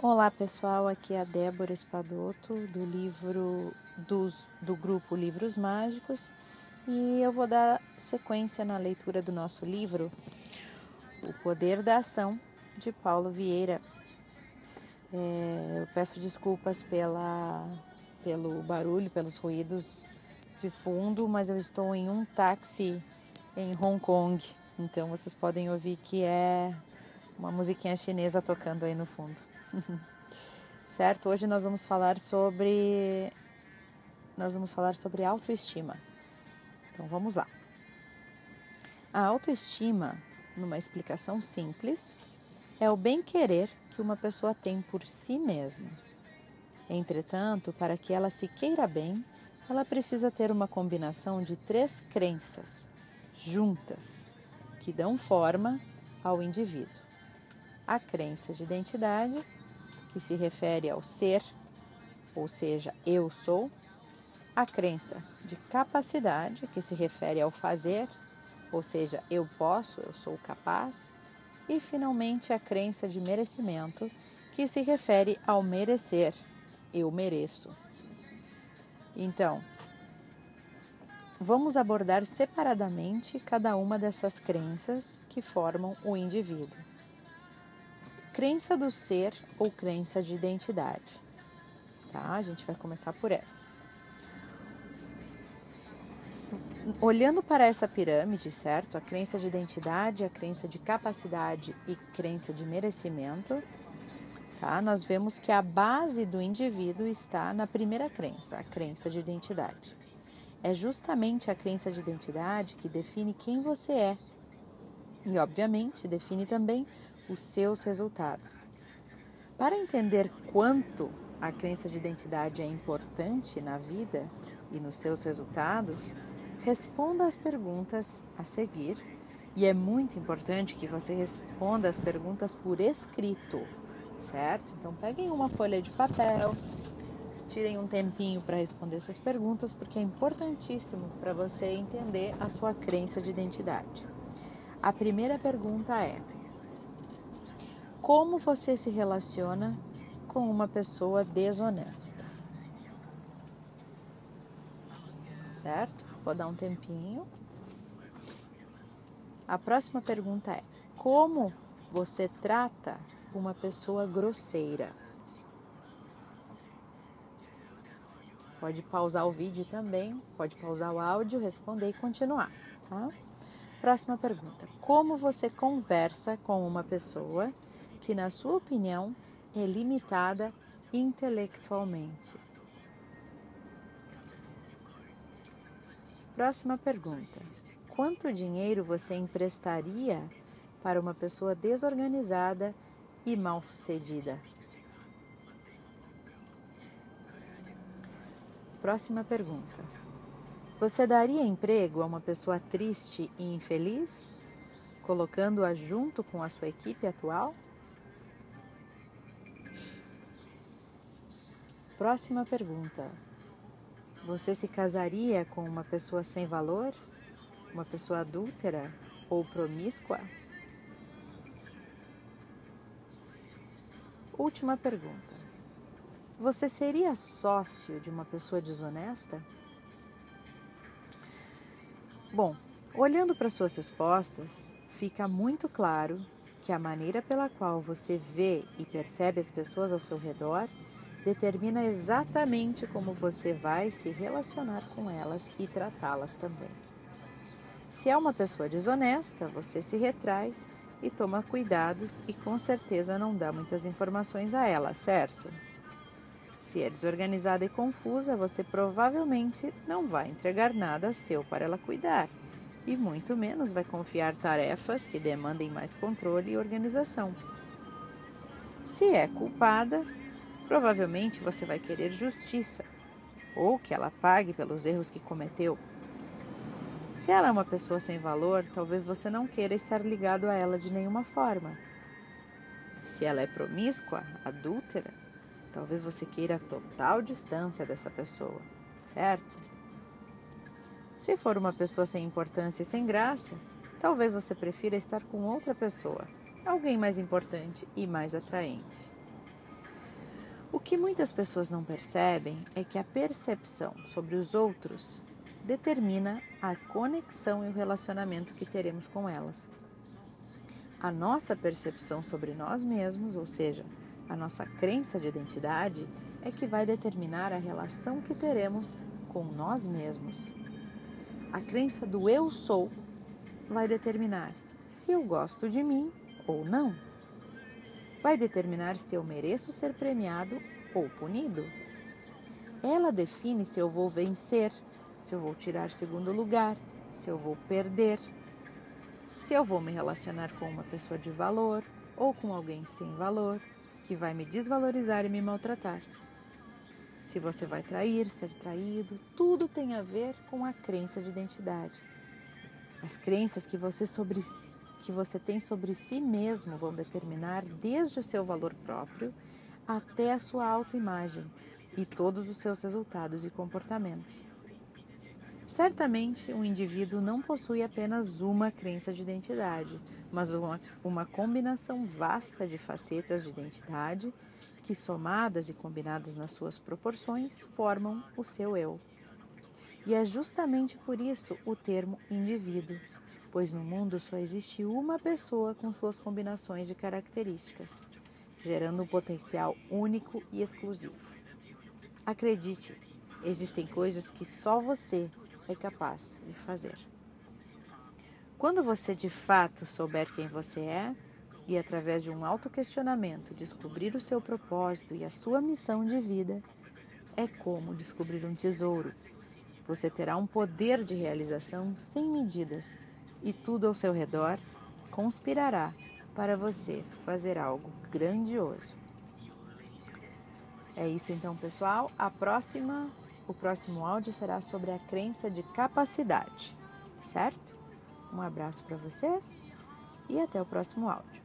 Olá pessoal, aqui é a Débora Espadoto do grupo Livros Mágicos e eu vou dar sequência na leitura do nosso livro O Poder da Ação, de Paulo Vieira. Eu peço desculpas pelo barulho, pelos ruídos de fundo, mas eu estou em um táxi em Hong Kong, então vocês podem ouvir que é uma musiquinha chinesa tocando aí no fundo. Certo? Hoje nós vamos falar sobre autoestima. Então vamos lá. A autoestima, numa explicação simples, é o bem-querer que uma pessoa tem por si mesma. Entretanto, para que ela se queira bem, ela precisa ter uma combinação de 3 crenças juntas que dão forma ao indivíduo. A crença de identidade, que se refere ao ser, ou seja, eu sou. A crença de capacidade, que se refere ao fazer, ou seja, eu posso, eu sou capaz. E, finalmente, a crença de merecimento, que se refere ao merecer, eu mereço. Então, vamos abordar separadamente cada uma dessas crenças que formam o indivíduo. Crença do ser ou crença de identidade. Tá? A gente vai começar por essa. Olhando para essa pirâmide, certo? A crença de identidade, a crença de capacidade e crença de merecimento, tá? Nós vemos que a base do indivíduo está na primeira crença, a crença de identidade. É justamente a crença de identidade que define quem você é e, obviamente, define também os seus resultados. Para entender quanto a crença de identidade é importante na vida e nos seus resultados, responda às perguntas a seguir, e é muito importante que você responda as perguntas por escrito, certo? Então peguem uma folha de papel, tirem um tempinho para responder essas perguntas, porque é importantíssimo para você entender a sua crença de identidade. A primeira pergunta é: como você se relaciona com uma pessoa desonesta? Certo? Vou dar um tempinho. A próxima pergunta é: como você trata uma pessoa grosseira? Pode pausar o vídeo também, pode pausar o áudio, responder e continuar, tá? Próxima pergunta: como você conversa com uma pessoa que, na sua opinião, é limitada intelectualmente? Próxima pergunta: quanto dinheiro você emprestaria para uma pessoa desorganizada e mal-sucedida? Próxima pergunta: você daria emprego a uma pessoa triste e infeliz, colocando-a junto com a sua equipe atual? Próxima pergunta: você se casaria com uma pessoa sem valor, uma pessoa adúltera ou promíscua? Última pergunta: você seria sócio de uma pessoa desonesta? Bom, olhando para suas respostas, fica muito claro que a maneira pela qual você vê e percebe as pessoas ao seu redor determina exatamente como você vai se relacionar com elas e tratá-las também. Se é uma pessoa desonesta, você se retrai e toma cuidados e com certeza não dá muitas informações a ela, certo? Se é desorganizada e confusa, você provavelmente não vai entregar nada seu para ela cuidar e muito menos vai confiar tarefas que demandem mais controle e organização. Se é culpada, provavelmente você vai querer justiça ou que ela pague pelos erros que cometeu. Se ela é uma pessoa sem valor, talvez você não queira estar ligado a ela de nenhuma forma. Se ela é promíscua, adúltera, talvez você queira total distância dessa pessoa, certo? Se for uma pessoa sem importância e sem graça, talvez você prefira estar com outra pessoa, alguém mais importante e mais atraente. O que muitas pessoas não percebem é que a percepção sobre os outros determina a conexão e o relacionamento que teremos com elas. A nossa percepção sobre nós mesmos, ou seja, a nossa crença de identidade, é que vai determinar a relação que teremos com nós mesmos. A crença do eu sou vai determinar se eu gosto de mim ou não. Vai determinar se eu mereço ser premiado ou punido. Ela define se eu vou vencer, se eu vou tirar segundo lugar, se eu vou perder, se eu vou me relacionar com uma pessoa de valor ou com alguém sem valor, que vai me desvalorizar e me maltratar. Se você vai trair, ser traído, tudo tem a ver com a crença de identidade. As crenças que você tem sobre si mesmo vão determinar desde o seu valor próprio até a sua autoimagem e todos os seus resultados e comportamentos. Certamente, um indivíduo não possui apenas uma crença de identidade, mas uma combinação vasta de facetas de identidade que, somadas e combinadas nas suas proporções, formam o seu eu. E é justamente por isso o termo indivíduo, pois no mundo só existe uma pessoa com suas combinações de características, gerando um potencial único e exclusivo. Acredite, existem coisas que só você é capaz de fazer. Quando você de fato souber quem você é e através de um autoquestionamento descobrir o seu propósito e a sua missão de vida, é como descobrir um tesouro. Você terá um poder de realização sem medidas e tudo ao seu redor conspirará para você fazer algo grandioso. É isso então, pessoal. O próximo áudio será sobre a crença de capacidade, certo? Um abraço para vocês e até o próximo áudio.